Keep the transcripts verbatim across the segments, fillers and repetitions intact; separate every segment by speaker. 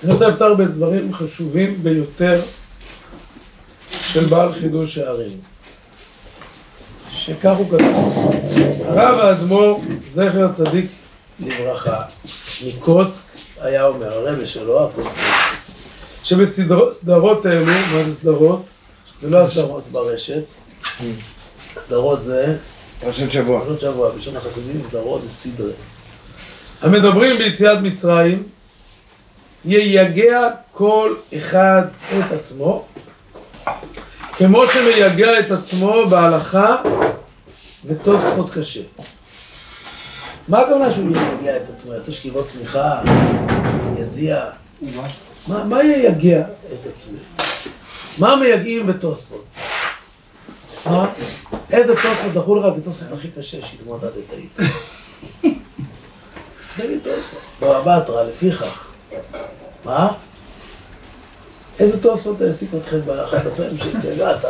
Speaker 1: אני רוצה לפתור בדברים חשובים ביותר של בעל חידוש הערים. שכך הוא כתוב. הרב האדמו"ר, זכר צדיק לברכה, מקוצק היה אומר, הרבי שלו, הקוצקי, שבסדרות האלו, מה זה סדרות? זה לא הסדרות ברשת. סדרות זה...
Speaker 2: פרשת שבוע.
Speaker 1: פרשת שבוע, בשון החסידים, סדרות זה סדרה. המדברים ביציאת מצרים, ייגע כל אחד את עצמו, כמו שמייגע את עצמו בהלכה ותוספות קשה. מה הכוונה שהוא ייגע את עצמו? יעשה שכיבות צמיחה, יזיע? מה, מה ייגע את עצמו? מה מייגעים בתוספות? מה? איזה תוספות זכו לך כתוספות הכי קשה שהתמודדת איתו? תגיד תוספות. בבטרה, לפיכך. מה? איזה תוספות העסיק אתכם באחת הפעמים שהתייגעת?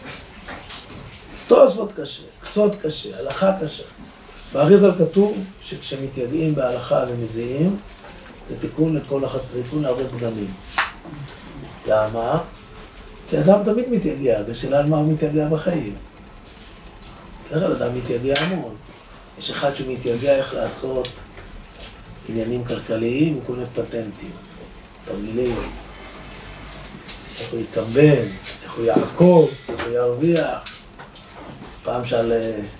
Speaker 1: תוספות קשה, קצות קשה, הלכה קשה. באריז"ל כתוב שכשמתייגעים בהלכה ומזיעים, זה תיקון לכל אחת, זה תיקון להרבה פגמים. למה? כי אדם תמיד מתייגע, בשאלה על מה הוא מתייגע בחיים. איך אדם מתייגע המון? יש אחד שהוא מתייגע איך לעשות עניינים כלכליים, כל מיני פטנטים, תרגילים. איך הוא יקמבן, איך הוא יעקוב, איך הוא ירוויח. פעם שאל,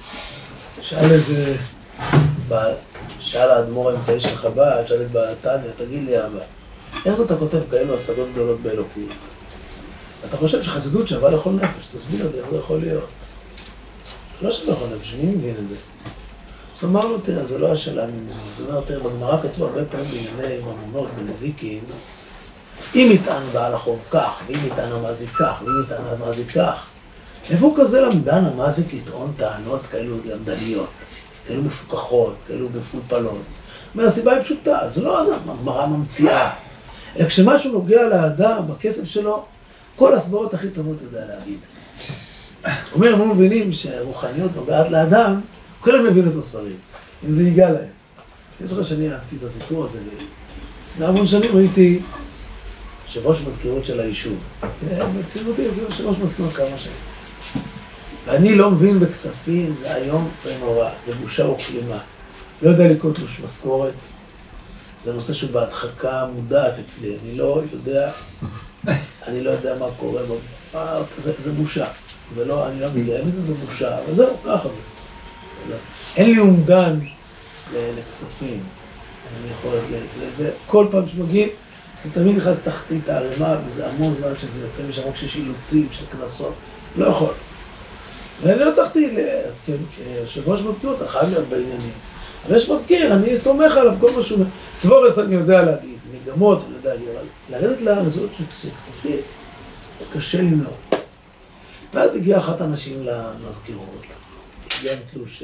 Speaker 1: שאל איזה בעל, שאל האדמו"ר האמצעי של חב"ד, שאל את בעל תניא, תגיד לי אבא, איך זה אתה כותב כאלו השגות גדולות באלוקות? אתה חושב שחסידות שווה לכל נפש, תסביר לי איך זה יכול להיות. לא שווה לכל נפש, מי מבין את זה? אז אמר לו, תראה, זה לא השאלה, זאת אומרת, תראה, בגמרא כתוב הרבה פעמים בענייני ממונות, בנזיקין, אם יטען בעל החוב כך, ואם יטען המזיק כך, ואם יטען המזיק כך, איפה כזה למדן המזיק לטעון טענות כאלו למדניות, כאלו מפוקחות, כאלו מפולפלות? מהסיבה היא פשוטה, זה לא הגמרא ממציאה, אלא כשמשהו נוגע לאדם, בכסף שלו, כל הסברות הכי טובות יודע להגיד. אומר, הם לא מבינים שרוחניות נוגעת לאדם, כולם מבינים את הספרים, אם זה ייגע להם. אני זוכר שאני אהבתי את הסיפור הזה, לפני המון שנים הייתי יושב ראש מזכירות של היישוב. בציבותי, זה יושב ראש מזכירות כמה שנים. ואני לא מבין בכספים, זה היום ונורא, זה בושה וכלימה. לא יודע לקרוא תלוש משכורת, זה נושא שהוא בהדחקה מודעת אצלי, אני לא יודע, אני לא יודע מה קורה, מה, זה, זה בושה. זה לא, אני לא מתגאה מזה, זה בושה, אבל זהו, ככה זה. אין לי אומדן לכספים, אני יכול לזה, זה כל פעם שמגיעים, זה תמיד נכנס תחתית הערימה, וזה המון זמן שזה יוצא משם רק שיש אילוצים, של כנסות, לא יכול. ואני לא צריכתי, אז כיושב ראש מזכיר, אתה חייב להיות בעניינים. אבל יש מזכיר, אני סומך עליו כל מה שהוא... סבורס אני יודע להגיד, מגמות אני יודע להגיד, אבל לרדת לרזולות של כספים, קשה לי מאוד. ואז הגיעה אחת האנשים למזכירות, הגיעה עם תלוש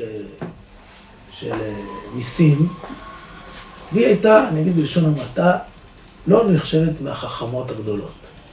Speaker 1: של מיסים, והיא הייתה, אני אגיד בלשון המעטה, לא נחשבת מהחכמות הגדולות.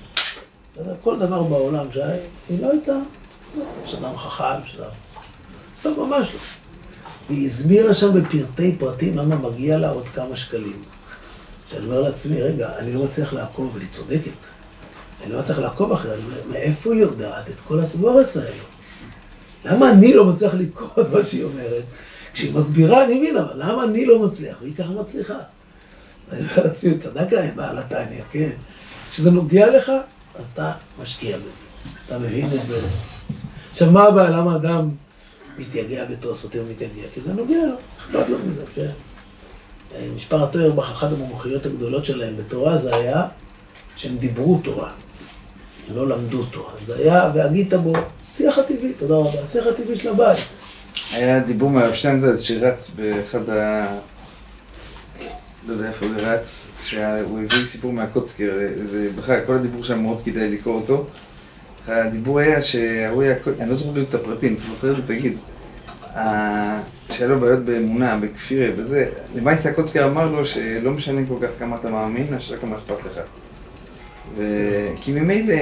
Speaker 1: כל דבר בעולם שהיא לא הייתה, יש אדם חכם, יש אדם... לא, ממש לא. והיא הסבירה שם בפרטי פרטים למה מגיע לה עוד כמה שקלים. שאני אומר לעצמי, רגע, אני לא מצליח לעקוב, אבל היא צודקת. אני לא מצליח לעקוב אחרי, אני אומר, מאיפה היא יודעת את כל הסבורס האלו? למה אני לא מצליח לקרוא את מה שהיא אומרת? כשהיא מסבירה, אני מבין, אבל למה אני לא מצליח? והיא ככה מצליחה. אני אומר לעצמי, צדקה, בעל התניא, כן. כשזה נוגע לך, אז אתה משקיע בזה. אתה מבין את זה. עכשיו, מה הבעיה? למה אדם מתייגע בתוספות או מתייגע? כי זה נוגע לו, אכפת לו מזה, כן. משפחת אוירבך, אחת המומחיות הגדולות שלהם בתורה, זה היה שהם דיברו תורה. הם לא למדו תורה. זה היה, והגית בו, שיח הטבעי, תודה רבה, השיח הטבעי של הבית.
Speaker 2: היה דיבור מהרב שטיינזלץ שרץ באחד ה... לא יודע איפה זה רץ, שהוא הביא סיפור מהקוצקר, זה בכלל, כל הדיבור שם מאוד כדאי לקרוא אותו. הדיבור היה שהוא היה, אני לא זוכר בדיוק את הפרטים, אתה זוכר את זה, תגיד. שהיה לו בעיות באמונה, בכפירה, בזה, למעשה הקוצקר אמר לו שלא משנה כל כך כמה אתה מאמין, השאלה כמה אכפת לך. כי ממילא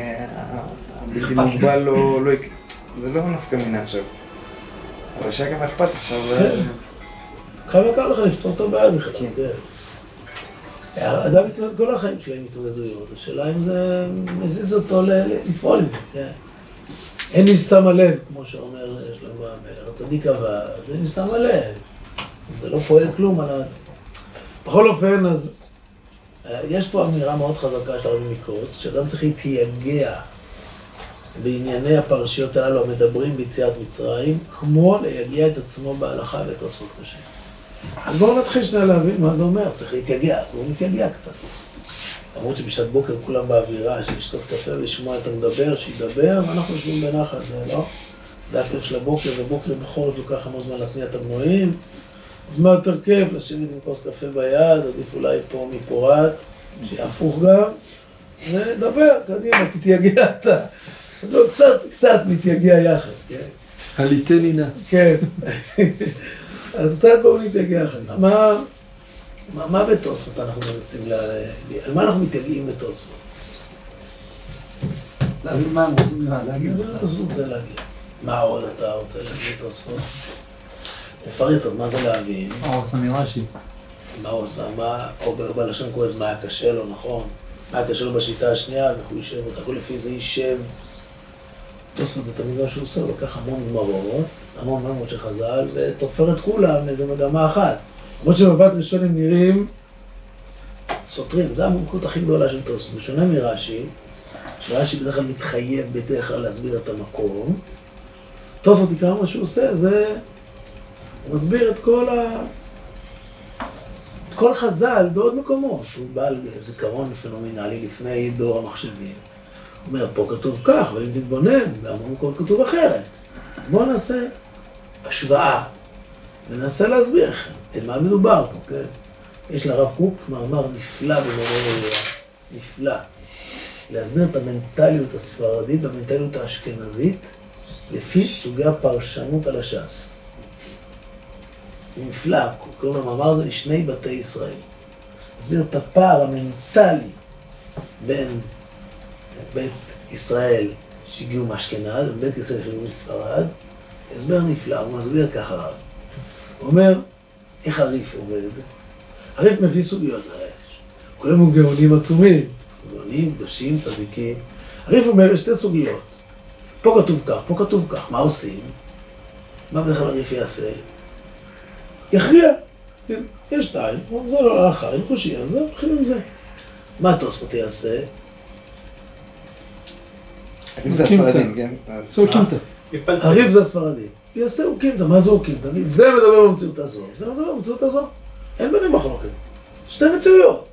Speaker 2: הבלתי מוגבל לא, זה לא נפקא מינה עכשיו. אבל השאלה כמה אכפת עכשיו.
Speaker 1: כמה קל לך לפתור את הבעיה בכלל, כן. האדם מתמודד כל החיים שלהם מתמודדויות, השאלה אם זה מזיז אותו לפעול עם זה, כן? אין מי שמה לב, כמו שאומר שלמה המלך, הצדיק עבד, אין מי שמה לב, זה לא פועל כלום על ה... בכל אופן, אז יש פה אמירה מאוד חזקה של הרבי מקוץ, שאדם צריך להתייגע בענייני הפרשיות הללו המדברים ביציאת מצרים, כמו ליגע את עצמו בהלכה ותוספות קשה. אז בואו נתחיל שנייה להבין מה זה אומר, צריך להתייגע, בואו נתייגע קצת. למרות שבשעת בוקר כולם באווירה, שלשתות קפה ולשמוע את המדבר, שידבר, ואנחנו יושבים בנחת, זה לא? זה הכיף של הבוקר, ובוקר בחורף לוקח המון זמן להתניע את המנועים. אז מה יותר כיף? לשבת עם כוס קפה ביד, עדיף אולי פה מפורט, שיהפוך גם, ודבר, קדימה, תתייגע אתה. אז הוא קצת, קצת מתייגע יחד, כן?
Speaker 3: הליטני נא.
Speaker 1: כן. אז קצת בואו נתייגע יחד. מה, מה, מה בתוספות אנחנו מנסים ל... על מה אנחנו מתייגעים בתוספות?
Speaker 3: להבין מה הם רוצים להגיד.
Speaker 1: מה בתוספות רוצה להגיד? מה עוד אתה רוצה להגיד בתוספות? תפרט עוד מה זה להבין.
Speaker 3: מה הוא עושה מרש"י?
Speaker 1: מה הוא עושה, מה, או בלשון קוראת מה היה קשה לו, נכון? מה היה קשה לו בשיטה השנייה, ואיך הוא יישב אותה, כל לפי זה יישב. תוספות זה תמיד מה שהוא עושה, הוא לוקח המון גמרות, המון ממות של חז"ל, ותופר את כולם מאיזו מגמה אחת. למרות שבבת ראשון הם נראים סותרים, זו המומחיות הכי גדולה של תוספות. בשונה מרש"י, שרש"י בדרך כלל מתחייב בדרך כלל להסביר את המקום, תוספות עיקר מה שהוא עושה, זה... הוא מסביר את כל ה... את כל חז"ל בעוד מקומות. הוא בעל זיכרון פנומנלי לפני דור המחשבים. הוא אומר, פה כתוב כך, אבל אם תתבונן, בהמון מקומות כתוב אחרת. בואו נעשה השוואה, וננסה להסביר לכם את מה מדובר פה, כן? יש לרב קוק מאמר נפלא במורה נפלא, להסביר את המנטליות הספרדית והמנטליות האשכנזית לפי סוגי הפרשנות על הש"ס. נפלא, קוראים למאמר הזה לשני בתי ישראל. מסביר את הפער המנטלי בין בית ישראל שהגיעו מאשכנז, ובית ישראל שהגיעו מספרד. הסבר נפלא, הוא מסביר ככה רב. הוא אומר, איך הריף עובד? הריף מביא סוגיות רעש. כולם הם גאונים עצומים, גאונים, קדושים, צדיקים. הריף אומר, יש שתי סוגיות. פה כתוב כך, פה כתוב כך, מה עושים? מה בדרך כלל הריף יעשה? יכריע. יש שתיים, זה לא הלכה, אין קושי, אז זה הולכים עם זה. מה התוספות יעשה?
Speaker 2: אם זה הספרדים, כן?
Speaker 3: זה אוקימתא.
Speaker 1: הריף זה הספרדים. יעשה אוקימתא, מה זה אוקימתא? תגיד, זה מדבר במציאות הזו, זה לא מדבר במציאות הזו. אין ביניהם מחלוקת. שתי מציאויות.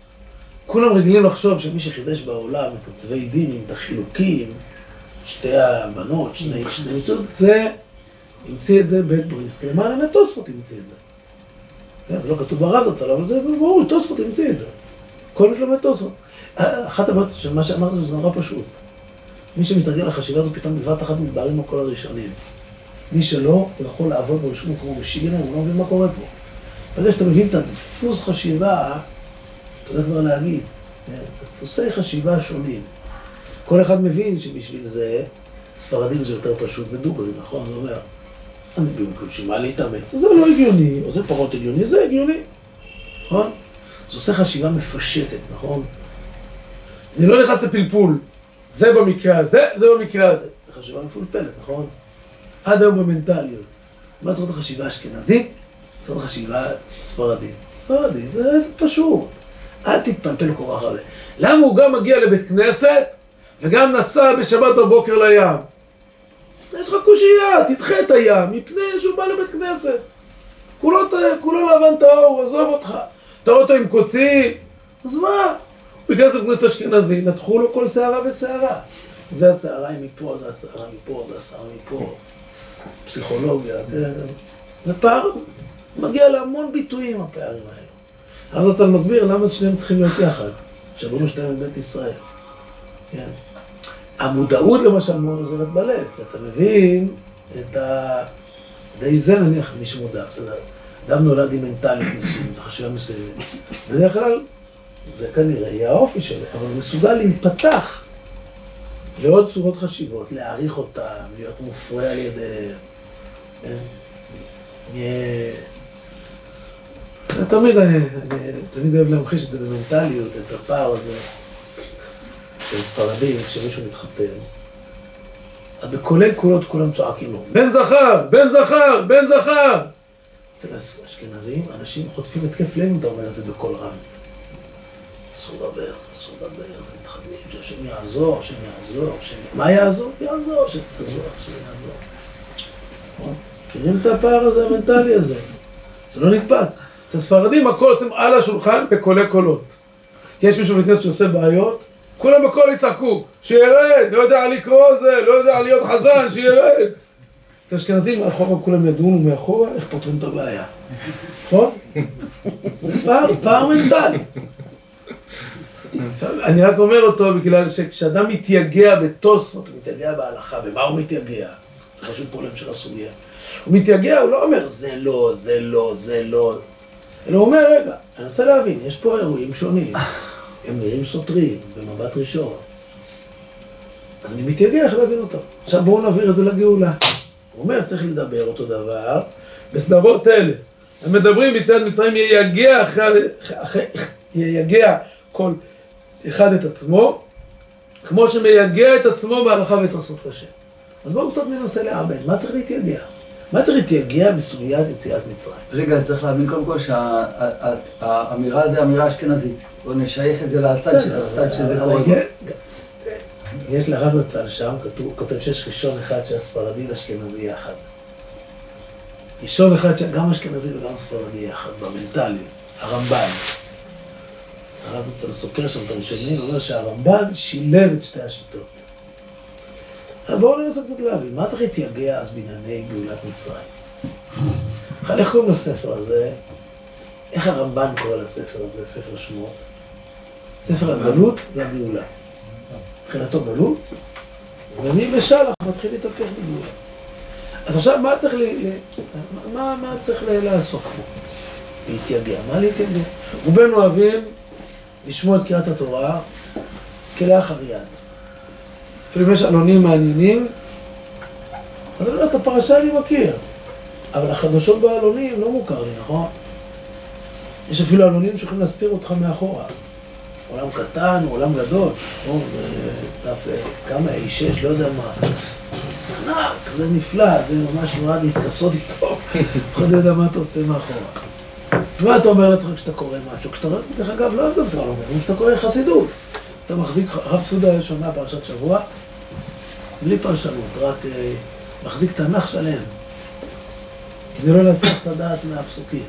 Speaker 1: כולם רגילים לחשוב שמי שחידש בעולם את הצווי דין, את החילוקים, שתי ההבנות, שני מציאות, זה המציא את זה בית בריסק. למען האמת תוספות המציא את זה. כן, זה לא כתוב ברב זצ"ל, אבל זה ברור, תוספות המציא את זה. כל מי שלומד תוספות. אחת הבעיות של מה שאמרת זה נורא פשוט. מי שמתרגל לחשיבה הזו פתאום בבת אחת מתבהרים לו כל הראשונים. מי שלא, הוא יכול לעבוד בראשון כמו בשיגנר, הוא לא מבין מה קורה פה. ברגע שאתה מבין את הדפוס חשיבה, אתה יודע כבר להגיד, הדפוסי חשיבה שונים. כל אחד מבין שבשביל זה, ספרדים זה יותר פשוט ודוגרי, נכון? זה אומר, אני במקום שמה להתאמץ, זה לא הגיוני, או זה פחות הגיוני, זה הגיוני, נכון? זה עושה חשיבה מפשטת, נכון? אני לא נכנס לפלפול, זה במקרה הזה, זה במקרה הזה. זה חשיבה מפולפלת, נכון? עד היום במנטליות. מה זאת החשיבה האשכנזית? זאת החשיבה ספרדית. ספרדית, זה, זה פשוט. אל תתפלפל כל כך הרבה. למה הוא גם מגיע לבית כנסת, וגם נסע בשבת בבוקר לים? יש לך קושייה, תדחה את הים, מפני שהוא בא לבית כנסת. כולו, כולו לבן טהור, עזוב אותך. אתה רואה אותו עם קוצי, אז מה? הוא ייכנס לכנסת אשכנזי, נתחו לו כל שערה ושערה. זה השערה מפה, זה השערה מפה, זה השערה מפה. פסיכולוגיה, כן. זה פער, מגיע להמון ביטויים הפערים האלו. הרב זצ"ל מסביר למה שניהם צריכים להיות יחד, שבנו שניהם את בית ישראל. כן. המודעות למשל מאוד עוזרת בלב, כי אתה מבין את ה... די זה נניח מי שמודע, בסדר. אדם נולד עם מנטלית מסוימת, חשיבה מסוימת. בדרך כלל, זה כנראה יהיה האופי שלו, אבל הוא מסוגל להיפתח לעוד צורות חשיבות, להעריך אותם, להיות מופרע על ידי... תמיד אני, אני, תמיד אוהב להמחיש את זה במנטליות, את הפער הזה. של ספרדים, כשמישהו מתחתן, אז בקולי קולות כולם צועקים לו, בן זכר, בן זכר, בן זכר! אצל האשכנזים, אנשים חוטפים התקף לב אם אתה אומר את זה בקול רם. אסור לדבר, זה אסור לדבר, זה מתחתנים, שהשם יעזור, השם יעזור, השם... מה יעזור? יעזור, השם יעזור, השם יעזור. מכירים את הפער הזה, המנטלי הזה? זה לא נתפס. אצל ספרדים הכל עושים על השולחן בקולי קולות. יש מישהו בכנסת שעושה בעיות, כולם בקול יצעקו, שירד, לא יודע לקרוא זה, לא יודע להיות חזן, שירד. אצל אשכנזים, מאחורה כולם ידונו מאחורה, איך פותרים את הבעיה. נכון? זה פער, פער מנטלי. עכשיו, אני רק אומר אותו בגלל שכשאדם מתייגע בתוספות, הוא מתייגע בהלכה, במה הוא מתייגע? זה חשוב פה להמשך הסוגיה. הוא מתייגע, הוא לא אומר זה לא, זה לא, זה לא. אלא הוא אומר, רגע, אני רוצה להבין, יש פה אירועים שונים. הם נראים סותרים, במבט ראשון. אז אני מתייגע איך להבין אותו. עכשיו בואו נעביר את זה לגאולה. הוא אומר, צריך לדבר אותו דבר בסדרות אלה. הם מדברים מצד מצרים, ייגע אחרי, אחרי, ייגע כל אחד את עצמו, כמו שמייגע את עצמו בהלכה והתרסות קשה. אז בואו קצת ננסה לעבד. מה צריך להתייגע? מה צריך להתייגע בסוגיית יציאת מצרים?
Speaker 3: רגע, צריך להבין קודם כל שהאמירה זה אמירה אשכנזית. בואו נשייך את זה לצד שזה קורה.
Speaker 1: יש לרב זצ"ל שם, כותב שיש ראשון אחד שהספרדי ואשכנזי יחד. ראשון אחד שגם אשכנזי וגם ספרדי יחד, במנטליות, הרמב"ן. הרב זצ"ל סוקר שם את הראשונים, הוא אומר שהרמב"ן שילב את שתי השיטות. בואו ננסה קצת להבין, מה צריך להתייגע אז בענייני גאולת מצרים? בכלל, איך קוראים לספר הזה? איך הרמב"ן קורא לספר הזה, ספר שמות? ספר הגלות והגאולה. תחילתו גלות, ומי בשלח מתחיל להתהפך בגאולה. אז עכשיו, מה צריך, ל... מה, מה צריך לעסוק פה? להתייגע. מה להתייגע? רובנו אוהבים לשמוע את קריאת התורה כלאחר יד. אפילו אם יש עלונים מעניינים, אז אני אומר, את הפרשה אני מכיר. אבל החדשות בעלונים לא מוכר לי, נכון? יש אפילו עלונים שיכולים להסתיר אותך מאחורה. עולם קטן, עולם גדול. דף כמה, אי שש, לא יודע מה. ענק, זה נפלא, זה ממש נועד להתכסות איתו. אף אחד לא יודע מה אתה עושה מאחורה. ומה אתה אומר לעצמך כשאתה קורא משהו? כשאתה רואה, דרך אגב, לא דווקא לא אומר, כשאתה קורא חסידות. אתה מחזיק, הרב צודה שומע פרשת שבוע, בלי פרשנות, רק אה, מחזיק תנ"ך שלם, כדי לא להסיח את הדעת מהפסוקים.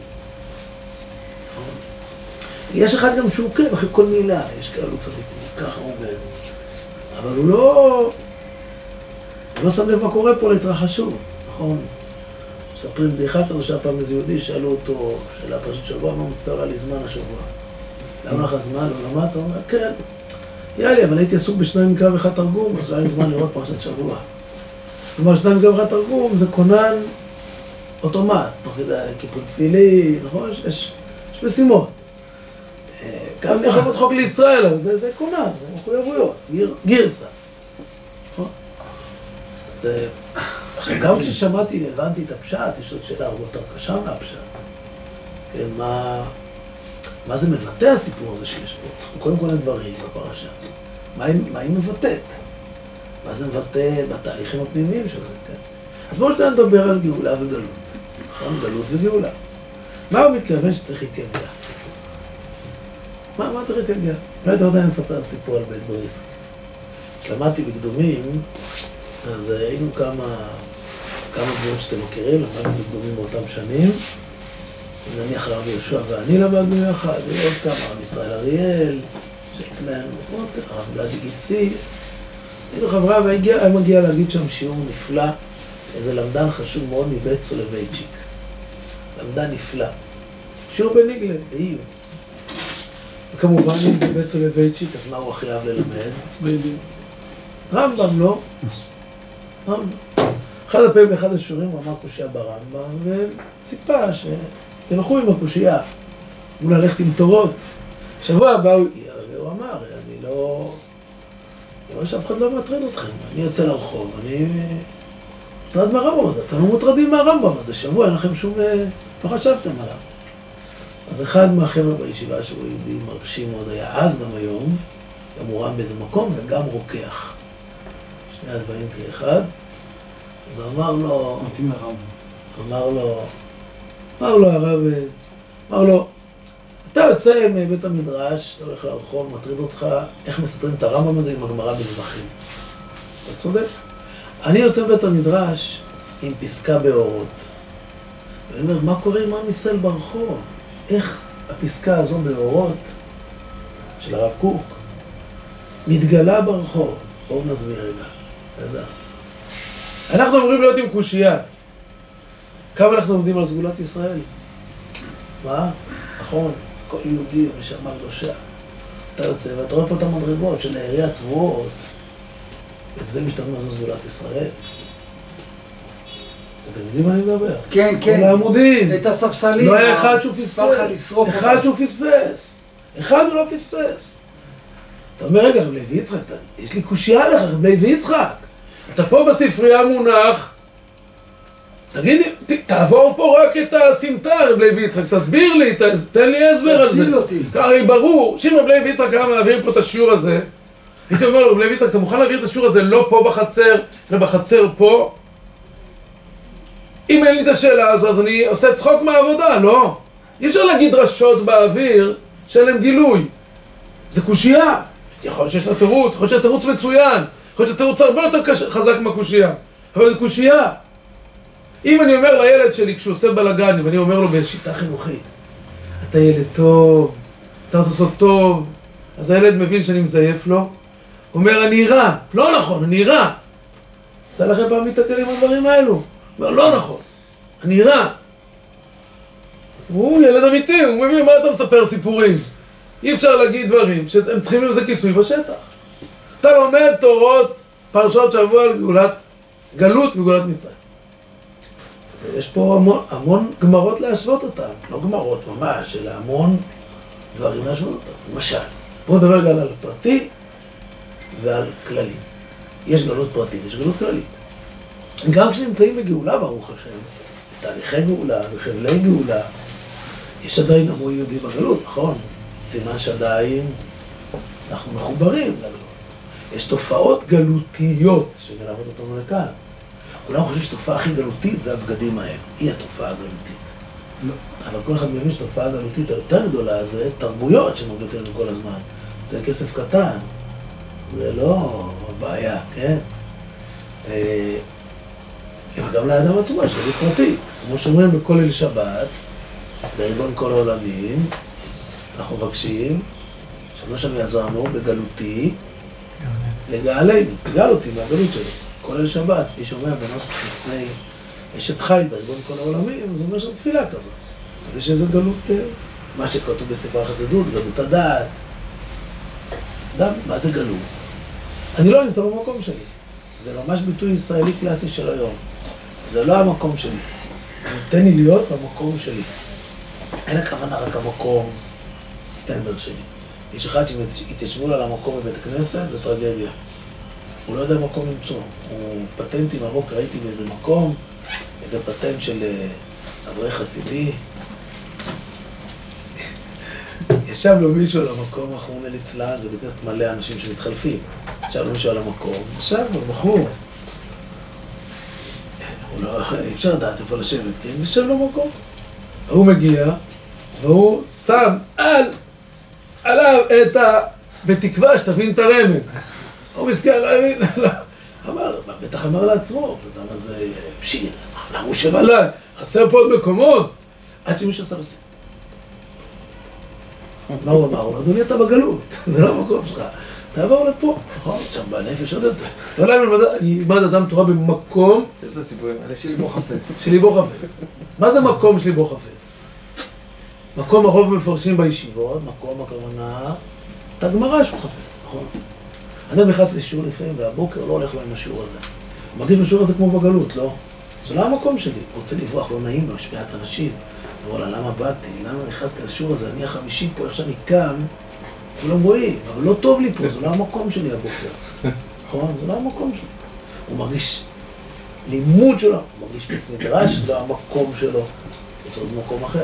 Speaker 1: יש אחד גם שהוא עוקב אחרי כל מילה, יש כאלו צדיקים, ככה הוא עובד. אבל הוא לא, הוא לא שם לב מה קורה פה להתרחשות, נכון? מספרים בדיחה כזו שהפעם איזה יהודי, שאלו אותו, שאלה פרשת שבוע, מה מצטער לי זמן השבוע? למה לך זמן? לא למדת? הוא אומר, כן. יאללה לי, אבל הייתי עסוק בשניים מקרא ואחד תרגום, אז היה לי זמן לראות פרשת שבוע. כלומר, שניים מקרא ואחד תרגום זה כונן אוטומט, תוך כדי כיפור תפילי, נכון? יש, יש משימות. גם אני יכול לראות חוק לישראל, אבל זה, זה כונן, זה מחויבויות, גיר, גירסה. נכון? זה... עכשיו, גם כששמעתי והבנתי את הפשט, יש עוד שאלה הרבה יותר קשה מהפשט. כן, מה... מה זה מבטא הסיפור הזה שיש פה? קודם כל הדברים בפרשה. מה היא, מה היא מבטאת? מה זה מבטא בתהליכים הפנימיים של זה, כן? אז בואו שנייה נדבר על גאולה וגלות. נכון? גלות וגאולה. מה הוא מתכוון שצריך להתייגע? מה, מה צריך להתייגע? אולי אתה יודע, אני אספר סיפור על בית בריסק. למדתי בקדומים, אז היינו כמה, כמה דברים שאתם מכירים, למדנו בקדומים באותם שנים. נניח הרב יהושע ואני למדנו יחד, ועוד כמה, הרב ישראל אריאל, שאצלנו, עוד כמה, הרב גדי גיסי. היינו חברה והגיע, היה מגיע להגיד שם שיעור נפלא, איזה למדן חשוב מאוד מבית סולובייצ'יק. למדן נפלא. שיעור בניגלה, באיו. וכמובן, אם זה בית סולובייצ'יק, אז מה הוא הכי אהב ללמד? רמב"ם, לא? רמב"ם. אחד הפעמים באחד השיעורים הוא אמר קושייה ברמב"ם, וציפה ש... תלכו עם הקושייה, מול ללכת עם תורות. שבוע הבא הוא אמר, אני לא... אני רואה שאף אחד לא מטרד אתכם, אני יוצא לרחוב, אני... מוטרד מהרמב"ם הזה, אתם לא מוטרדים מהרמב"ם הזה, שבוע אין לכם שום... לא חשבתם עליו. אז אחד מהחבר'ה בישיבה שהוא יהודי מרשים מאוד היה אז, גם היום, גם מורם באיזה מקום וגם רוקח. שני הדברים כאחד. אז אמר לו,
Speaker 3: מתאים לרב.
Speaker 1: אמר לו, אמר לו הרב, אמר לו, אתה יוצא מבית המדרש, אתה הולך לרחוב, מטריד אותך, איך מסתרים את הרמב"ם הזה עם הגמרא בזבחים. אתה צודק? אני יוצא מבית המדרש עם פסקה באורות. ואני אומר, מה קורה עם עם ישראל ברחוב? איך הפסקה הזו באורות של הרב קוק מתגלה ברחוב? בואו נסביר רגע, אתה יודע. אנחנו אמורים להיות עם קושייה. כמה אנחנו עומדים על סגולת ישראל? מה? נכון, כל יהודי משמה קדושה. אתה יוצא ואתה רואה פה את המדרגות של העירי הצבועות. אצלם משתמשים על סגולת ישראל. אתם יודעים מה אני מדבר?
Speaker 3: כן, כן.
Speaker 1: כל העמודים.
Speaker 3: את הספסלים.
Speaker 1: לא היה אחד שהוא פספס. אחד שהוא פספס. אחד הוא לא פספס. אתה אומר, רגע, רב לוי יצחק, יש לי קושייה עליך, רב לוי יצחק. אתה פה בספרייה מונח, תגיד לי, תעבור פה רק את הסמטה, רב לוי יצחק, תסביר לי, תן לי הסבר על זה.
Speaker 3: תציל אותי.
Speaker 1: הרי ברור, שאם רב לוי יצחק היה מעביר פה את השיעור הזה, הייתי אומר לו, רב לוי יצחק, אתה מוכן להעביר את השיעור הזה לא פה בחצר, אלא בחצר פה? אם אין לי את השאלה הזו, אז אני עושה צחוק מהעבודה, לא? אי אפשר להגיד דרשות באוויר שאין להם גילוי. זה קושייה. יכול להיות שיש לה תירוץ, יכול להיות שהתירוץ מצוין, יכול להיות שהתירוץ הרבה יותר קש... חזק מהקושייה. אבל זה קושייה. אם אני אומר לילד שלי כשהוא עושה בלגן, ואני אומר לו בשיטה חינוכית, אתה ילד טוב, אתה רוצה לעשות טוב, אז הילד מבין שאני מזייף לו, הוא אומר, אני רע. לא נכון, אני רע. יצא לכם פעם להתקל עם הדברים האלו? הוא אומר, לא נכון, אני רע. הוא ילד אמיתי, הוא מבין, מה אתה מספר סיפורים? אי אפשר להגיד דברים שהם צריכים לזה כיסוי בשטח. אתה לומד תורות, פרשות שבוע על גאולת, גלות וגאולת מצרים. יש פה המון, המון גמרות להשוות אותם, לא גמרות ממש, אלא המון דברים להשוות אותם. למשל, בואו נדבר גם על פרטי ועל כללי. יש גלות פרטית, יש גלות כללית. גם כשנמצאים בגאולה, ברוך השם, בתהליכי גאולה, בחבלי גאולה, יש עדיין עמו יהודי בגלות, נכון? סימן שעדיין אנחנו מחוברים לגלות. יש תופעות גלותיות שמלוות אותנו לכאן. כולם חושבים שתופעה הכי גלותית זה הבגדים האלו. היא התופעה הגלותית. לא. אבל כל אחד מבין שתופעה הגלותית היותר גדולה זה תרבויות שמובילות לנו כל הזמן. זה כסף קטן. זה לא בעיה, כן? וגם לאדם עצמו יש גלות פרטית. כמו שאומרים בכל ליל שבת, בריבון כל העולמים, אנחנו מבקשים שמה שם יעזור לנו בגלותי לגאלנו, תגאל אותי מהגלות שלי. כל ליל שבת, מי שאומר בנוסח לפני אשת חי בריבון כל העולמים, זה אומר שם תפילה כזאת. זאת יש איזו גלות, מה שכתוב בספר החסידות, גלות הדעת. אדם, מה זה גלות? אני לא נמצא במקום שלי. זה ממש ביטוי ישראלי קלאסי של היום. זה לא המקום שלי. תן לי להיות במקום שלי. אין הכוונה רק המקום סטנדרט שלי. יש אחד שהתיישבו לו על המקום בבית הכנסת, זה טרגדיה. הוא לא יודע מקום למצוא. הוא פטנטים, הבוקר ראיתי באיזה מקום, איזה פטנט של אברך חסידי. ישב לו מישהו על המקום, אחרון אליצלן, זה בית כנסת מלא אנשים שמתחלפים. ישב לו מישהו על המקום, ישב לו בחור. לא, אי אפשר לדעת איפה לשבת, כן? ישב לו מקום. הוא מגיע, והוא שם על, עליו את ה... בתקווה שתבין את הרמז. הוא מסכן, לא הבין, לא. אמר, בטח אמר לעצמו, למה זה פשיל, למה הוא שב עליי, חסר פה עוד מקומות. עד שמישהו עשה לו סיפור. מה הוא אמר? הוא אמר, אדוני, אתה בגלות, זה לא המקום שלך. תעבור לפה, נכון? שם בנפש עוד יותר. לא יודע אם ילמד אדם תורה במקום...
Speaker 2: זה הסיפורים האלה.
Speaker 3: של ליבו חפץ.
Speaker 1: של ליבו חפץ. מה זה מקום של ליבו חפץ? מקום הרוב מפרשים בישיבות, מקום הכוונה... את הגמרא שהוא חפץ, נכון? אדם נכנס לשיעור לפעמים, והבוקר לא הולך לו עם השיעור הזה. הוא מרגיש בשיעור הזה כמו בגלות, לא? זה לא המקום שלי. הוא רוצה לברוח, לא נעים לו, השפיעת אנשים. וואלה, למה באתי? למה נכנסתי לשיעור הזה? אני החמישי פה, איך שאני קם, כולם רואים, אבל לא טוב לי פה, זה לא המקום שלי הבוקר. נכון? זה לא המקום שלי. הוא מרגיש לימוד שלו, הוא מרגיש בית מדרש, זה לא המקום שלו. הוא צריך במקום אחר.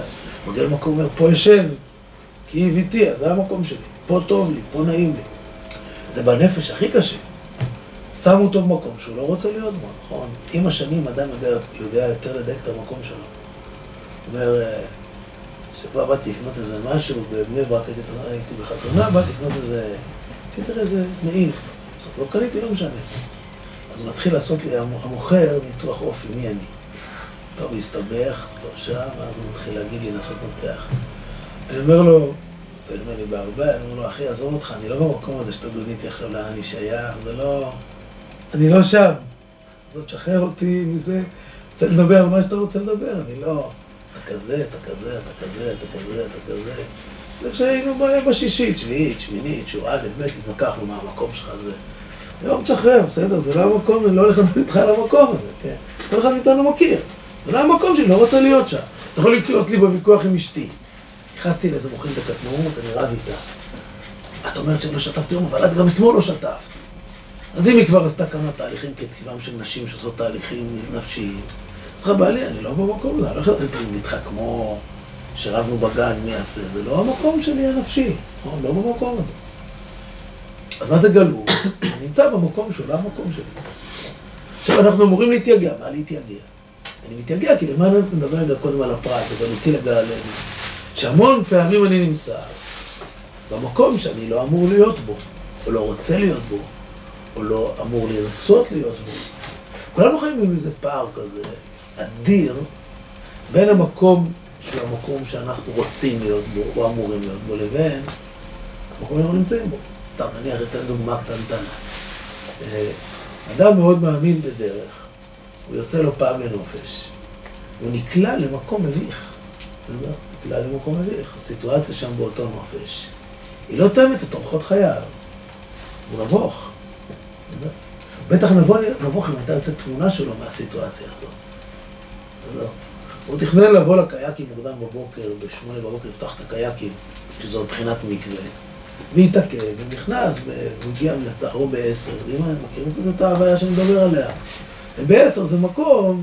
Speaker 1: מגיע למקום, אומר, פה יושב, כי היא הביתי, אז זה המקום שלי. פה טוב לי, פה נעים לי. זה בנפש הכי קשה. שמו אותו במקום שהוא לא רוצה להיות בו, נכון? עם השנים אדם יודע, יודע יותר לדייק את המקום שלו. הוא אומר, שבוע באתי לקנות איזה משהו, בבני ברק הייתי בחתונה, באתי לקנות איזה... תראה איזה מעיל. בסוף לא קניתי, לא משנה. אז הוא מתחיל לעשות לי, המוכר, ניתוח אופי, מי אני? טוב, הסתבך, טוב שם, אז הוא מתחיל להגיד לי, לעשות נתח. אני אומר לו, הוא צריך ממני בהרבה, אני אומר לו, אחי, עזוב אותך, אני לא במקום הזה שתדון איתי עכשיו לאן אני שייך, זה לא... אני לא שם. אז עוד שחרר אותי מזה, רוצה לדבר על מה שאתה רוצה לדבר, אני לא... אתה כזה, אתה כזה, אתה כזה, אתה כזה, אתה כזה. זה כשהיינו בשישית, שביעית, שמינית, שורה, באמת התווכחנו מה המקום שלך זה. היום תשחרר, בסדר, זה לא המקום, אני לא הולך לדבר איתך על המקום הזה, כן? כל אחד מאיתנו מכיר. זה לא המקום שלי, לא רוצה להיות שם. זה יכול לקרות לי בוויכוח עם אשתי. נכנסתי לאיזה מוכין בקטנות, אני רב איתה. את אומרת שאני לא שתפתי היום, אבל את גם אתמול לא שתפת. אז אם היא כבר עשתה כמה תהליכים כטבעם של נשים שעושות תהליכים נפשיים, אז בא לי, אני לא במקום הזה, אני לא יכול לתת איתך כמו שרבנו בגן, מי יעשה, זה לא המקום שלי הנפשי, נכון? לא במקום הזה. אז מה זה גלו? אני נמצא במקום שהוא לא המקום שלי. עכשיו אנחנו אמורים להתייגע, מה להתייגע? אני מתייגע כי למען אני מדבר רגע קודם על הפרט, אבל איתי לגע עלינו. שהמון פעמים אני נמצא במקום שאני לא אמור להיות בו, או לא רוצה להיות בו, או לא אמור לרצות להיות בו. כולנו חיים עם איזה פער כזה אדיר בין המקום שהוא המקום שאנחנו רוצים להיות בו, או אמורים להיות בו, לבין המקום שאנחנו נמצאים בו. סתם, נניח אתן דוגמה קטנטנה. אדם מאוד מאמין בדרך, הוא יוצא לו פעם לנופש, הוא נקלע למקום מביך. נקלע למקום מביך. הסיטואציה שם באותו נופש, היא לא תאמת את אורחות חייו. הוא נבוך. בטח נבוך אם הייתה יוצאת תמונה שלו מהסיטואציה הזאת. הוא תכנן לבוא לקייקים מוקדם בבוקר, בשמונה בבוקר יפתח את הקייקים, שזו מבחינת מקווה, והתעכב, ונכנס, והגיע לצערו בעשר. אם אני מכירים קצת את ההוויה שאני מדבר עליה. ובעשר זה מקום,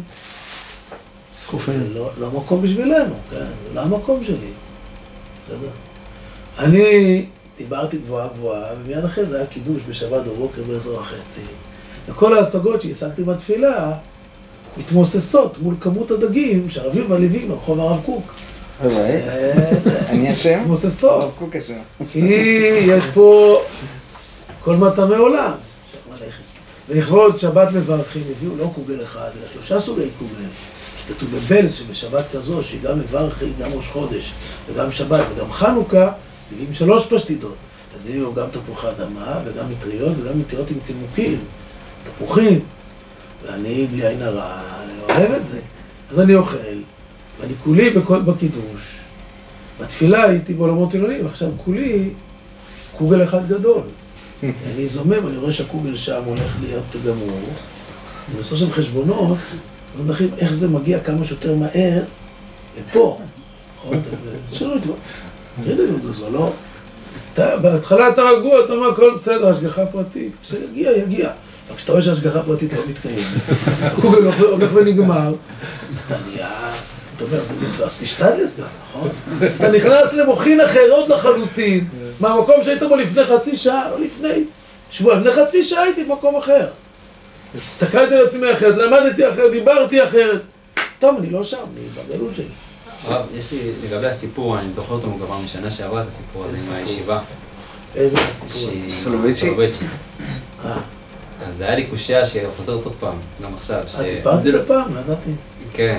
Speaker 1: זה לא, לא מקום בשבילנו, כן? זה לא המקום שלי. בסדר? אני דיברתי גבוהה גבוהה, ומיד אחרי זה היה קידוש בשבת בבוקר בעשר וחצי. וכל ההשגות שהשגתי בתפילה מתמוססות מול כמות הדגים שהרב יובל הביא ברחוב הרב קוק.
Speaker 2: אני אשם?
Speaker 1: מתמוססות.
Speaker 2: הרב קוק אשם.
Speaker 1: כי יש פה כל מטעמי עולם. ולכבוד שבת מברכים, הביאו לא קוגל אחד, אלא שלושה סוגי קוגל. כתוב בבלס שבשבת כזו, שהיא גם מברכי, גם ראש חודש, וגם שבת, וגם חנוכה, הביאים שלוש פשטידות. אז הביאו גם תפוחי אדמה, וגם מטריות, וגם מטריות עם צימוקים, תפוחים. ואני, בלי עין הרע, אני אוהב את זה. אז אני אוכל, ואני כולי בכל, בקידוש. בתפילה הייתי בעולמות עילונים, ועכשיו כולי קוגל אחד גדול. אני זומם, אני רואה שהקוגל שם הולך להיות גמור. אז בסוף של חשבונות, אנחנו מדברים איך זה מגיע כמה שיותר מהר לפה. נכון? שלא נתבוא. תראיתי לנו, זה לא... בהתחלה אתה רגוע, אתה אומר, הכל בסדר, השגחה פרטית. כשיגיע, יגיע. רק כשאתה רואה שהשגחה פרטית לא מתקיים. הקוגל הולך ונגמר. אתה נהיה... אתה אומר, זה מצווה, אז תשתד לסגן, נכון? אתה נכנס למוחין אחרות לחלוטין, מהמקום שהיית בו לפני חצי שעה, לא לפני שבוע, לפני חצי שעה הייתי במקום אחר. הסתכלתי על עצמי אחרת, למדתי אחרת, דיברתי אחרת. טוב, אני לא שם, אני בגלות שלי.
Speaker 4: הרב, יש לי לגבי הסיפור, אני זוכר אותו כבר משנה שעברה את הסיפור הזה עם הישיבה.
Speaker 1: איזה סיפור?
Speaker 2: סולובייצ'י?
Speaker 4: סולובייצ'י.
Speaker 1: אה.
Speaker 4: אז היה לי קושיה שחוזרת עוד פעם, גם עכשיו.
Speaker 1: אז סיפרתי את זה פעם, לא ידעתי.
Speaker 4: כן.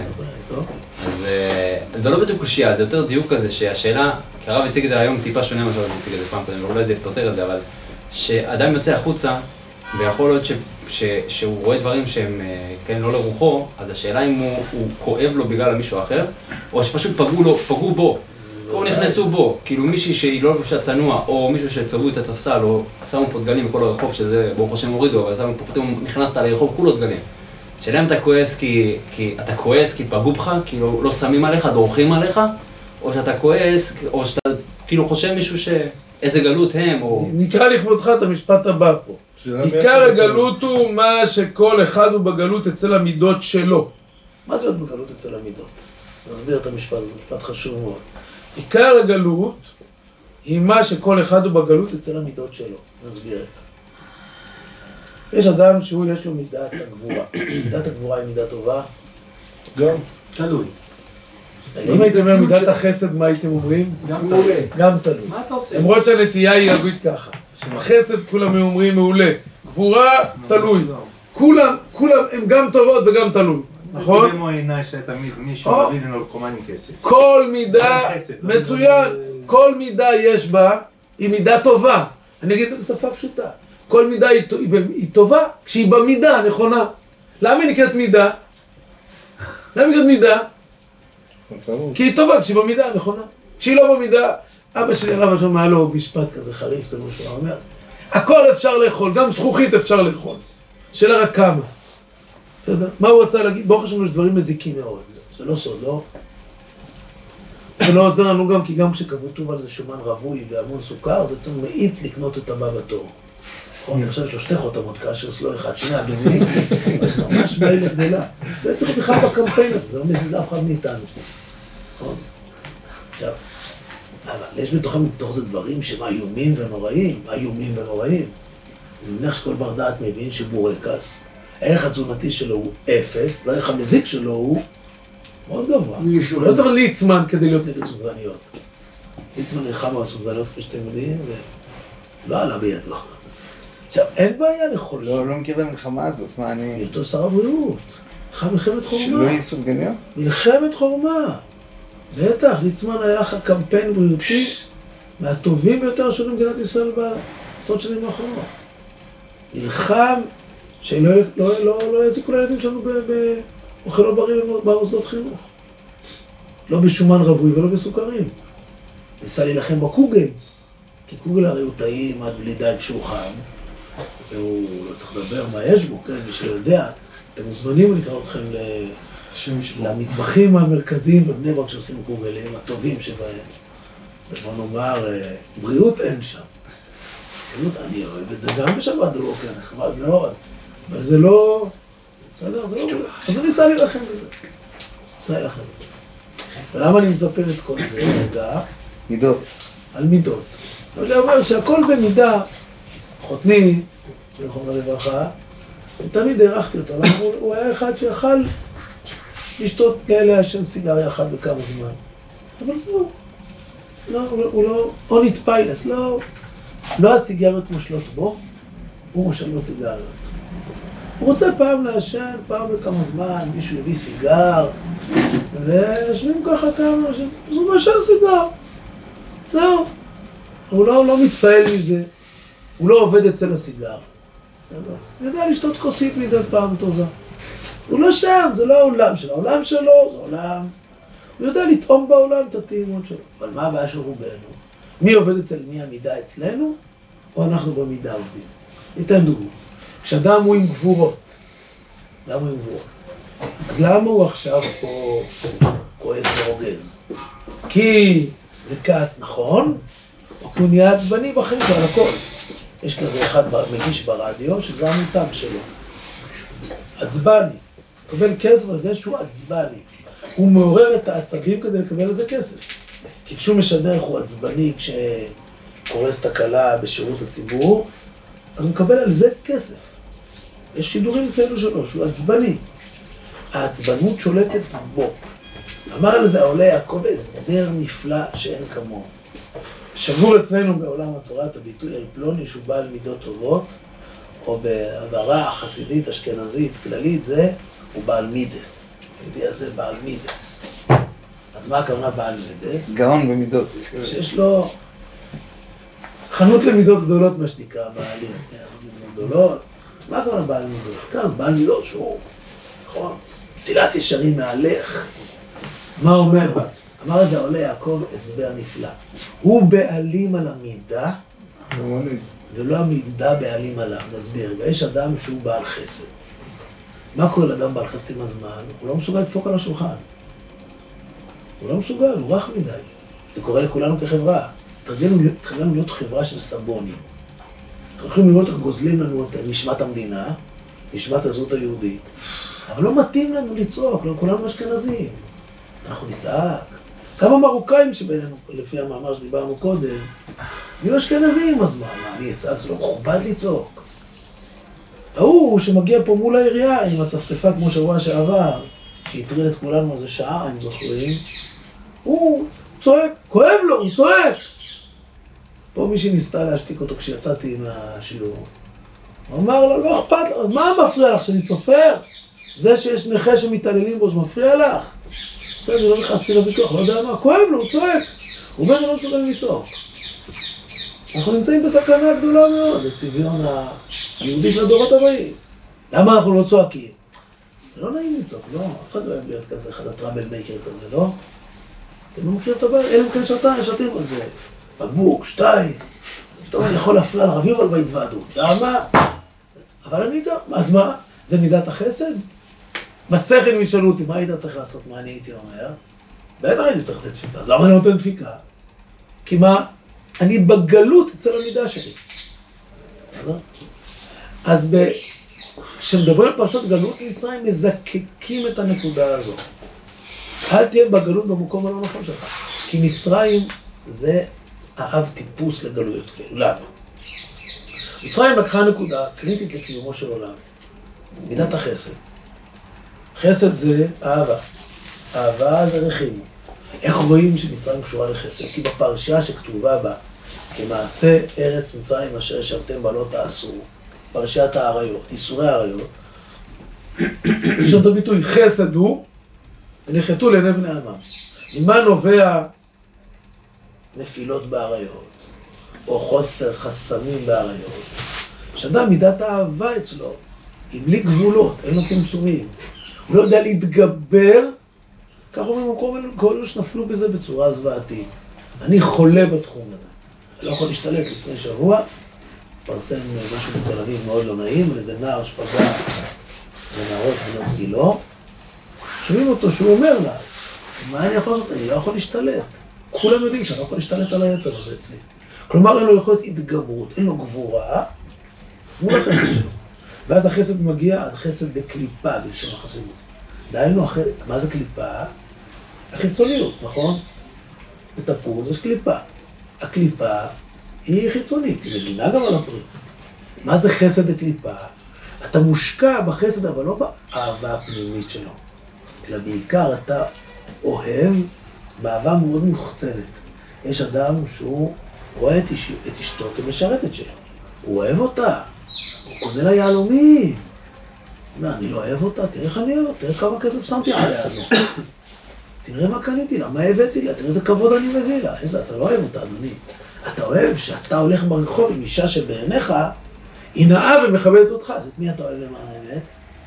Speaker 4: אז זה לא בדיוק קושיה, זה יותר דיוק כזה, שהשאלה, כי הרב הציג את זה היום טיפה שונה מה שהרב הציג את זה פעם קודם, ואולי זה פותר את זה, אבל שאדם יוצא החוצה, ויכול להיות שהוא רואה דברים שהם, כן, לא לרוחו, אז השאלה אם הוא כואב לו בגלל מישהו אחר, או שפשוט פגעו בו, או נכנסו בו, כאילו מישהי שהיא לא לבושה צנוע, או מישהו שצבעו את התפסל, או שמו פה דגלים בכל הרחוב, שזה ברוך השם הורידו, אבל שמו פה פתאום נכנסת לרחוב כולו דגלים. שאלה אם אתה כועס כי, כי אתה כועס כי פגעו בך, כאילו לא שמים עליך, דורכים עליך, או שאתה כועס, או שאתה כאילו חושב מישהו שאיזה גלות הם, או...
Speaker 1: נקרא לכבודך את המשפט הבא פה. עיקר הגלות הוא מה שכל אחד הוא בגלות אצל המידות שלו. מה זה להיות בגלות אצל המידות? נסביר את המשפט, זה משפט חשוב מאוד. עיקר הגלות היא מה שכל אחד הוא בגלות אצל המידות שלו. נסביר את זה. יש אדם שהוא יש לו מידת הגבורה. מידת הגבורה היא מידה טובה?
Speaker 5: גם.
Speaker 3: תלוי.
Speaker 1: אם הייתם אומר מידת החסד, מה הייתם אומרים?
Speaker 3: גם תלוי.
Speaker 1: גם תלוי.
Speaker 3: מה אתה עושה?
Speaker 1: למרות שהנטייה היא להגיד ככה. החסד כולם אומרים מעולה. גבורה תלוי. כולם, כולם הם גם טובות וגם תלוי. נכון?
Speaker 5: במו עיניי שתמיד מישהו
Speaker 1: או.
Speaker 5: מביא לנו לקומני כסף.
Speaker 1: כל מידה, מצוין, כל מידה יש בה, היא מידה טובה. אני אגיד את זה בשפה פשוטה. כל מידה היא, היא, היא טובה כשהיא במידה הנכונה. למה היא נקראת מידה? למה היא נקראת מידה? כי היא טובה כשהיא במידה הנכונה. כשהיא לא במידה, אבא שלי הרב השם היה לו משפט כזה חריף, זה מה שהוא אומר. הכל אפשר לאכול, גם זכוכית אפשר לאכול. שאלה רק כמה. בסדר? מה הוא רצה להגיד? ברוך השם יש דברים מזיקים מאוד. זה לא סוד, לא? זה לא עוזר לנו גם, כי גם כשקבעו טוב על זה שומן רווי והמון סוכר, זה צריך מאיץ לקנות את הבא בתור. נכון, אני חושב שלושתי חותמות כאשר סלו אחד, שני אדוני, אז ממש בעילה גדולה. זה צריך בכלל בקמפיין הזה, זה לא מזיז אף אחד מאיתנו. נכון? עכשיו, אבל יש בתוכם בתוך זה דברים שהם איומים ונוראים, איומים ונוראים. אני מניח שכל בר דעת מבין שבורקס, הערך התזונתי שלו הוא אפס, והערך המזיק שלו הוא מאוד גבוה. לא צריך ליצמן כדי להיות נגד סופגניות. ליצמן נלחם על סופגניות כפי שאתם יודעים, ולא עלה בידו. עכשיו, אין בעיה לאכול
Speaker 2: לא, לא מכיר את המלחמה הזאת, מה אני...
Speaker 1: בהיותו שר הבריאות. לך מלחמת חורמה.
Speaker 2: שלא יהיה סופגניות?
Speaker 1: מלחמת חורמה. בטח, ליצמן היה לך קמפיין בריאותי מהטובים ביותר של מדינת ישראל בעשרות שנים האחרונות. נלחם שלא לא, לא, לא יזיקו לילדים שלנו באוכל לא בריא במוסדות חינוך. לא בשומן רווי ולא בסוכרים. ניסה להילחם בקוגל, כי קוגל הרי הוא טעים עד בלי דייג שהוא חם, והוא לא צריך לדבר מה יש בו, כן, מי שיודע. אתם מוזמנים, אני אקרא אתכם למטבחים המרכזיים בבני ברק שעושים קוגלים, הטובים שבהם. זה בוא נאמר, בריאות אין שם. בריאות, אני אוהב את זה גם בשבת בבוקר, נחמד מאוד. אבל זה לא... בסדר, זה לא... אז הוא ניסה להילחם בזה. ניסה להילחם בזה. ולמה אני מספר את כל זה? רגע.
Speaker 2: מידות.
Speaker 1: על מידות. אני אומר שהכל במידה, חותני, זכרונו לברכה, ותמיד הערכתי אותו. הוא היה אחד שיכל לשתות לעשן סיגריה אחת בכמה זמן. אבל זהו. לא, הוא לא... או נתפיילס, לא... לא הסיגריות מושלות בו, הוא מושל בסיגריות. הוא רוצה פעם לעשן, פעם בכמה זמן, מישהו יביא סיגר, וישבים ככה כמה אנשים, אז הוא משל סיגר. זהו. הוא לא, לא מתפעל מזה, הוא לא עובד אצל הסיגר. הוא יודע לשתות כוסית מדי פעם טובה. הוא לא שם, זה לא העולם שלו. העולם שלו זה עולם. הוא יודע לטעום בעולם את הטעימות שלו. אבל מה הבעיה של רובנו? מי עובד אצל מי המידה אצלנו, או אנחנו במידה עובדים? ניתן דוגמא. כשאדם הוא עם גבורות, אדם הוא עם גבורות, אז למה הוא עכשיו פה כועס ורוגז? כי זה כעס נכון, או כי הוא נהיה עצבני בחיים ועל הכל. יש כזה אחד מגיש ברדיו, שזה המותג שלו. עצבני. מקבל כסף על זה שהוא עצבני. הוא מעורר את העצבים כדי לקבל לזה כסף. כי כשהוא משדר איך הוא עצבני, כשקורס תקלה בשירות הציבור, אז הוא מקבל על זה כסף. יש שידורים כאלו שלו, שהוא עצבני. העצבנות שולטת בו. אמר על זה העולה יעקב הסבר נפלא שאין כמוהו. שגור אצלנו בעולם התורה את הביטוי אל פלוני שהוא בעל מידות טובות, או בעברה חסידית, אשכנזית, כללית, זה הוא בעל מידס. היהודי הזה בעל מידס. אז מה הכוונה בעל מידס?
Speaker 2: גאון במידות.
Speaker 1: שיש לו חנות למידות גדולות, מה שנקרא, בעלים. מידות גדולות. מה הכוונה בעל מידות? כאן, בעל מידות שהוא, נכון, מסילת ישרים מהלך. מה אומר? אמר את זה עולה יעקב הסבר נפלא. הוא בעלים על המידה, ולא המידה בעלים עליו. נסביר, יש אדם שהוא בעל חסד. מה קורה לאדם בעל חסד עם הזמן? הוא לא מסוגל לדפוק על השולחן. הוא לא מסוגל, הוא רך מדי. זה קורה לכולנו כחברה. התחלנו להיות חברה של סבונים. אנחנו יכולים לראות איך גוזלים לנו את נשמת המדינה, נשמת הזהות היהודית, אבל לא מתאים לנו לצעוק, כולנו אשכנזים. אנחנו נצעק. כמה מרוקאים שבינינו, לפי המאמר שדיברנו קודם, יהיו אשכנזים, אז מה, מה, אני אצעק, זה לא מכובד לצעוק. ההוא שמגיע פה מול העירייה עם הצפצפה כמו שבוע שעבר, שהטריל את כולנו איזה שעה, אם זוכרים, הוא צועק, כואב לו, הוא צועק. פה מישהי ניסתה להשתיק אותו כשיצאתי מהשיעור. הוא אמר לו, לא אכפת לו, מה מפריע לך שאני צופר? זה שיש נכה שמתעללים בו, זה מפריע לך? בסדר, אני לא נכנסתי לוויכוח, לא יודע מה, כואב לו, הוא צועק. הוא אומר, אני לא מסוגל לצעוק. אנחנו נמצאים בסכנה גדולה מאוד, לצביון היהודי של הדורות הבאים. למה אנחנו לא צועקים? זה לא נעים לצעוק, לא? אף אחד לא אוהב להיות כזה, אחד הטראבל מייקר כזה, לא? אתם לא מכיר את הבעיה? אלא מכן שתיים, שתיים על זה. בקבוק, שתיים. אז פתאום אני יכול להפריע לרב יובל בהתוועדות. למה? אבל אני איתה, אז מה? זה מידת החסד? בשכל אם ישאלו אותי, מה היית צריך לעשות? מה אני הייתי אומר? בטח הייתי צריך לתת דפיקה. אז למה אני נותן דפיקה? כי מה? אני בגלות אצל המידה שלי. אז כשמדברים על פרשות גלות מצרים, מזקקים את הנקודה הזאת. אל תהיה בגלות במקום הלא נכון שלך. כי מצרים זה האב טיפוס לגלויות כאלו. למה? מצרים לקחה נקודה קריטית לקיומו של עולם. מידת החסד. חסד זה אהבה. אהבה זה רחימו. איך רואים שמצרים קשורה לחסד? כי בפרשייה שכתובה בה, כמעשה ארץ מצרים אשר ישבתם בה לא תעשו, פרשיית העריות, איסורי העריות, יש את הביטוי חסד הוא, ונחתו לעיני בני עמם. ממה נובע נפילות בעריות, או חוסר חסמים בעריות? שאדם מידת האהבה אצלו, היא בלי גבולות, אין לו צמצומים. הוא לא יודע להתגבר, כך אומרים כל אלה שנפלו בזה בצורה זוועתית. אני חולה בתחום הזה. אני לא יכול להשתלט. לפני שבוע פרסם משהו בתל אביב מאוד לא נעים, על איזה נער שפגע לנערות בנות גילו. שומעים אותו שהוא אומר לה, מה אני יכול לעשות? אני לא יכול להשתלט. כולם יודעים שאני לא יכול להשתלט על היצר הזה אצלי. כלומר, אין לו יכולת התגברות, אין לו גבורה מול החסד שלו. ואז החסד מגיע עד חסד בקליפה, בלשון החסידות. דהיינו, מה זה קליפה? החיצוניות, נכון? בתפוז יש קליפה. הקליפה היא חיצונית, היא מגינה גם על הפרי. מה זה חסד בקליפה? אתה מושקע בחסד, אבל לא באהבה הפנימית שלו, אלא בעיקר אתה אוהב באהבה מאוד מוחצנת. יש אדם שהוא רואה את, איש, את אשתו כמשרתת שלו. הוא אוהב אותה. הוא קונה לה יהלומים. מה, אני לא אוהב אותה? תראה איך אני אוהב אותה, תראה כמה כסף שמתי עליה הזו. תראה מה קניתי לה, מה הבאתי לה, תראה איזה כבוד אני מביא לה. איזה, אתה לא אוהב אותה, אדוני. אתה אוהב שאתה הולך ברחוב עם אישה שבעיניך היא נאה ומכבדת אותך. אז את מי אתה אוהב למען האמת?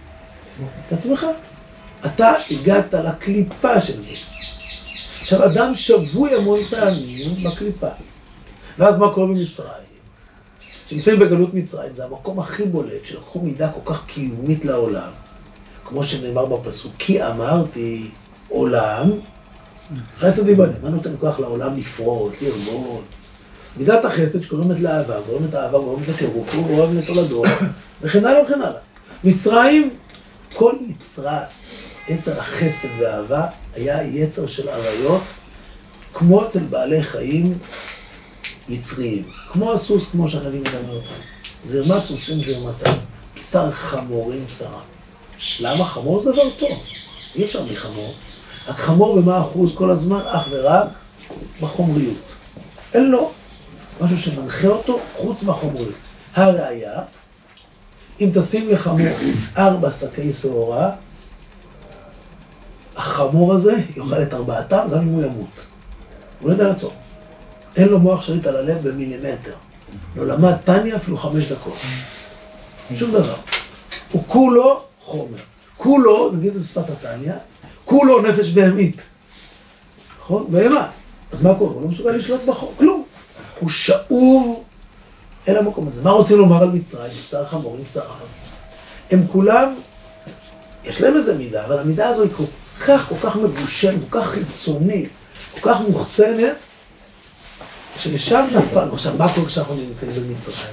Speaker 1: את עצמך. אתה הגעת לקליפה של זה. עכשיו, אדם שבוי המון פעמים בקליפה. ואז מה קורה במצרים? כשנמצאים בגלות מצרים, זה המקום הכי בולט, שלקחו מידה כל כך קיומית לעולם, כמו שנאמר בפסוק, כי אמרתי עולם, חסד ייבנה. מה נותן כוח לעולם לפרוט, לרמוד? מידת החסד שקורמת לאהבה, גורמת האהבה, גורמת לקירוף, גורמת לתולדות, וכן הלאה וכן הלאה. מצרים, כל יצרה, יצר החסד והאהבה, היה יצר של עריות, כמו אצל בעלי חיים יצריים. כמו הסוס, כמו שהנביא מדמה אותם. זרמת סוסים זרמתם, בשר חמורים בשרה. למה? חמור זה דבר טוב. אי אפשר בלי חמור. רק חמור במה אחוז כל הזמן, אך ורק בחומריות. אין לו משהו שמנחה אותו חוץ מהחומריות. הראיה, אם תשים לחמור ארבע שקי שעורה, החמור הזה יאכל את ארבעתם גם אם הוא ימות. הוא לא יודע לעצור. אין לו מוח שליט על הלב במילימטר. לא למד טניה אפילו חמש דקות. שום דבר. הוא כולו חומר. כולו, נגיד זה בשפת הטניה, כולו נפש בהמית. נכון? בהמה. אז מה קורה? הוא לא מסוגל לשלוט בחור. כלום. הוא שאוב אל המקום הזה. מה רוצים לומר על מצרים? בשר חמורים בשרה. הם כולם, יש להם איזה מידה, אבל המידה הזו היא כל כך, כל כך מגושם, כל כך חיצונית, כל כך מוחצנת, שלשם נפלנו. עכשיו, מה קורה כשאנחנו נמצאים במצרים?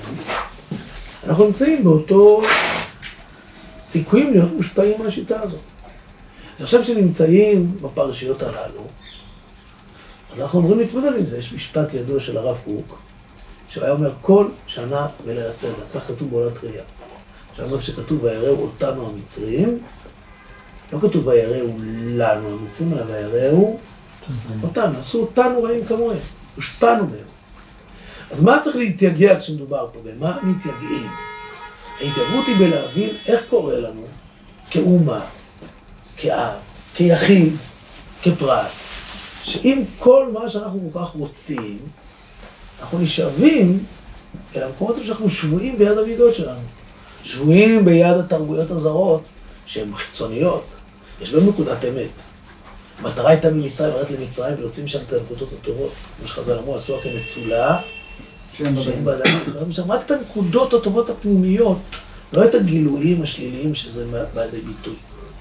Speaker 1: אנחנו נמצאים באותו סיכויים להיות מושפעים מהשיטה הזאת. אז עכשיו שנמצאים בפרשיות הללו, אז אנחנו אומרים להתמודד עם זה. יש משפט ידוע של הרב קוק, שהוא היה אומר כל שנה בליל הסדר, כך כתוב בעולת ראייה. שאומר שכתוב ויראו אותנו המצרים, לא כתוב ויראו לנו המצרים, אלא ויראו אותנו, עשו אותנו רעים כמוהם, הושפענו מהם. אז מה צריך להתייגע כשמדובר פה? במה מתייגעים? ההתייגעות היא בלהבין איך קורה לנו כאומה, כעם, כיחיד, כפרט, שאם כל מה שאנחנו כל כך רוצים, אנחנו נשאבים אל המקומות שאנחנו שבויים ביד המידות שלנו. שבויים ביד התרבויות הזרות, שהן חיצוניות. יש בהם נקודת אמת. המטרה הייתה ממצרים, לרדת למצרים ולהוציא משם את הנקודות הטובות. כמו שחז"ל אמרו, עשו כמצולה, שאין באדם. רק את הנקודות הטובות הפנימיות, לא את הגילויים השליליים שזה בא לידי ביטוי.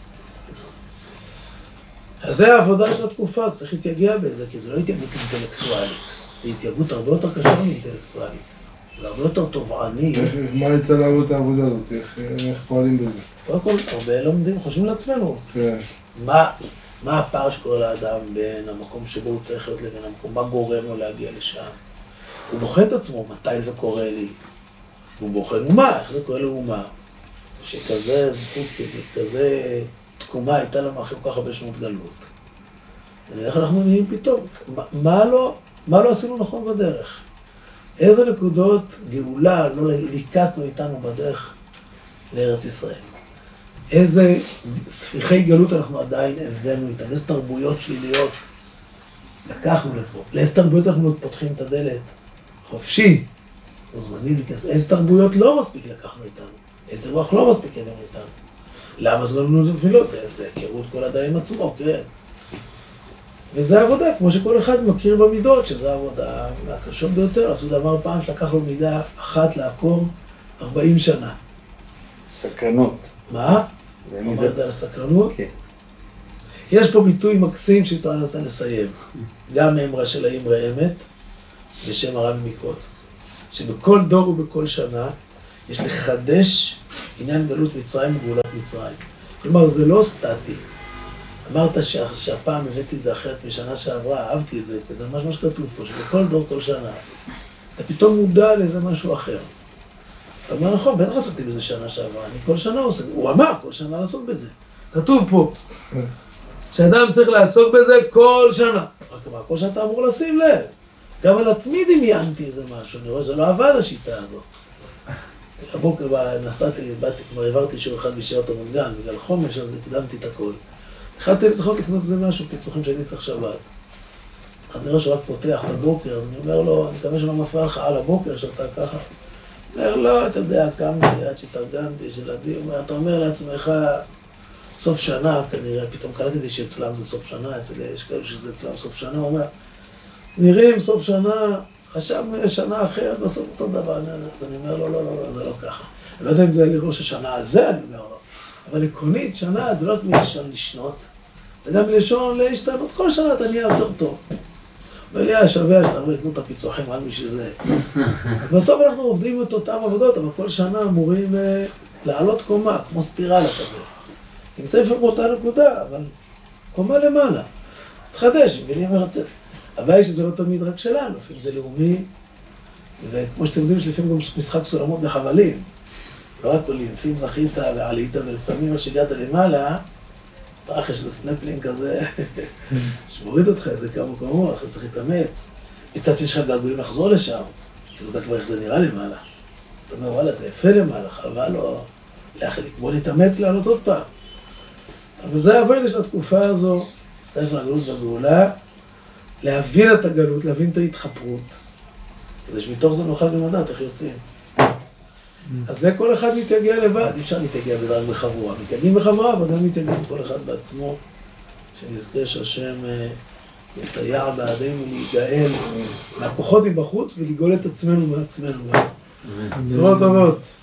Speaker 1: אז זה העבודה של התקופה, צריך להתייגע בזה, כי זה לא התייגעות אינטלקטואלית. זה התייגעות הרבה יותר קשה מאינטלקטואלית. זה הרבה יותר תובעני.
Speaker 6: מה יצא לעבוד את העבודה הזאת? איך פועלים בזה?
Speaker 1: קודם כל, הרבה לומדים, חושבים לעצמנו. מה הפער שקורה לאדם בין המקום שבו הוא צריך להיות לבין המקום? מה גורם לו להגיע לשם? הוא בוחן את עצמו, מתי זה קורה לי? הוא בוחן ומה, איך זה קורה לאומה? שכזה זכות, כזה תקומה הייתה לנו אחרי כל כך הרבה שנות גלות. ואיך אנחנו נהיים פתאום? מה לא, מה לא עשינו נכון בדרך? איזה נקודות גאולה לא ליקטנו איתנו בדרך לארץ ישראל? איזה ספיחי גלות אנחנו עדיין הבאנו איתנו? איזה תרבויות שליליות לקחנו לפה? לאיזה תרבויות אנחנו פותחים את הדלת? חופשי, מוזמנים להיכנס. איזה תרבויות לא מספיק לקחנו איתנו? איזה רוח לא מספיק הבאנו איתנו? למה זה לנו תפילות? זה, זה היכרות כל אדם עם עצמו, כן. וזה עבודה, כמו שכל אחד מכיר במידות, שזה עבודה מהקשות ביותר. רצו אמר פעם שלקח לו מידה אחת לעקור ארבעים שנה.
Speaker 2: סקרנות.
Speaker 1: מה?
Speaker 2: זה
Speaker 1: אמר
Speaker 2: מידה.
Speaker 1: את זה על הסקרנות?
Speaker 2: כן.
Speaker 1: יש פה ביטוי מקסים שאיתו אני רוצה לסיים. גם מאמרה של האמרה אמת, בשם הרבי מקוצק. שבכל דור ובכל שנה יש לחדש עניין גלות מצרים וגאולת מצרים. כלומר, זה לא סטטי. אמרת שה, שהפעם הבאתי את זה אחרת משנה שעברה, אהבתי את זה, כי זה ממש מה שכתוב פה, שבכל דור, כל שנה, אתה פתאום מודע לאיזה משהו אחר. אתה אומר, נכון, בטח עסקתי בזה שנה שעברה, אני כל שנה עושה, הוא אמר, כל שנה לעסוק בזה. כתוב פה, שאדם צריך לעסוק בזה כל שנה. רק אמר, כל שנה אתה אמור לשים לב. גם על עצמי דמיינתי איזה משהו, אני רואה שזה לא עבד השיטה הזאת. הבוקר נסעתי, באתי, כבר העברתי שיעור אחד בישיבת רמת גן, בגלל חומש, אז הקדמתי את הכל. נכנסתי לזכות לקנות איזה משהו, פיצוחים שהייתי צריך שבת. אז אני רואה שהוא רק פותח בבוקר, אז אני אומר לו, אני מקווה שלא מפריע לך על הבוקר, שאתה ככה. אני אומר, לא, אתה יודע, קמתי עד שהתארגנתי, שלדי, אתה אומר לעצמך, סוף שנה, כנראה, פתאום קלטתי שאצלם זה סוף שנה, אצל יש כאלה שזה אצלם סוף שנה, הוא אומר, נראים סוף שנה, חשבנו שנה אחרת, בסוף אותו דבר, אז אני אומר, לא, לא, לא, זה לא ככה. אני לא יודע אם זה לראש השנה הזה, אני אומר לו, אבל עקרונית, שנה זה לא רק מלשון לשנות, זה גם מלשון להשתנות, כל שנה אתה נהיה יותר טוב. וליה שווה שאתה יכול לקנות את הפיצוחים רק בשביל זה. בסוף אנחנו עובדים את אותם עבודות, אבל כל שנה אמורים לעלות קומה, כמו ספירלה כזה. נמצא לפעמים באותה נקודה, אבל קומה למעלה. תחדש, מבינים איך לצאת. הבעיה היא שזה לא תמיד רק שלנו, לפעמים זה לאומי, וכמו שאתם יודעים, יש לפעמים גם משחק סולמות בחבלים. לא רק עולים, לפעמים זכית ועלית, ולפעמים מה שהגעת למעלה, אתה אחרי שזה סנפלינג כזה, שמוריד אותך איזה כמה קומות, אתה צריך להתאמץ. מצד שיש לך געגועים לחזור לשם, כי אתה כבר איך זה נראה למעלה. אתה אומר, וואלה, זה יפה למעלה, חבל לו להחליק, בוא נתאמץ לעלות עוד פעם. אבל זה העבודה של התקופה הזו, ספר הגלות והגאולה, להבין את הגלות, להבין את ההתחפרות, כדי שמתוך זה נוכל גם לדעת איך יוצאים. אז זה כל אחד מתייגע לבד, אי אפשר להתייגע בדרך בחבורה. מתייגעים בחבורה, אבל גם מתייגעים כל אחד בעצמו, שנזכה שהשם יסייע בעדינו להיגאל מהכוחות מבחוץ ולגאול את עצמנו מעצמנו. צורות טובות.